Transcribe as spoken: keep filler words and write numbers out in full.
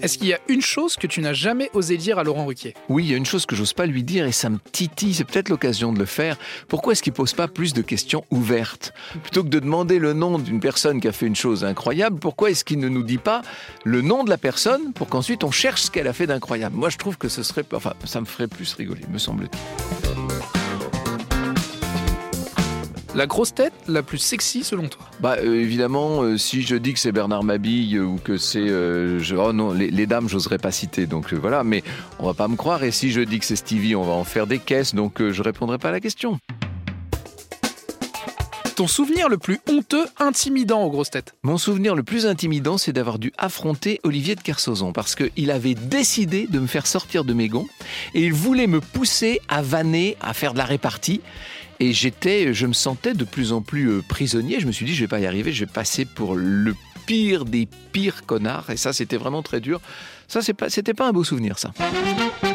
Est-ce qu'il y a une chose que tu n'as jamais osé dire à Laurent Ruquier ? Oui, il y a une chose que j'ose pas lui dire et ça me titille, c'est peut-être l'occasion de le faire. Pourquoi est-ce qu'il pose pas plus de questions ouvertes ? Plutôt que de demander le nom d'une personne qui a fait une chose incroyable, pourquoi est-ce qu'il ne nous dit pas le nom de la personne pour qu'ensuite on cherche ce qu'elle a fait d'incroyable ? Moi, je trouve que ce serait, enfin, ça me ferait plus rigoler, me semble-t-il. La grosse tête la plus sexy selon toi ? Bah euh, évidemment, euh, si je dis que c'est Bernard Mabille euh, ou que c'est, euh, je, oh non, les, les dames, j'oserais pas citer, donc euh, voilà. Mais on va pas me croire. Et si je dis que c'est Stevie, on va en faire des caisses, donc euh, je répondrai pas à la question. Ton souvenir le plus honteux, intimidant aux grosses têtes ? Mon souvenir le plus intimidant, c'est d'avoir dû affronter Olivier de Kersauzon parce qu'il avait décidé de me faire sortir de mes gonds et il voulait me pousser à vanner, à faire de la répartie. Et j'étais, je me sentais de plus en plus prisonnier. Je me suis dit, je vais pas y arriver, je vais passer pour le pire des pires connards. Et ça, c'était vraiment très dur. Ça, c'est pas, c'était pas un beau souvenir, ça.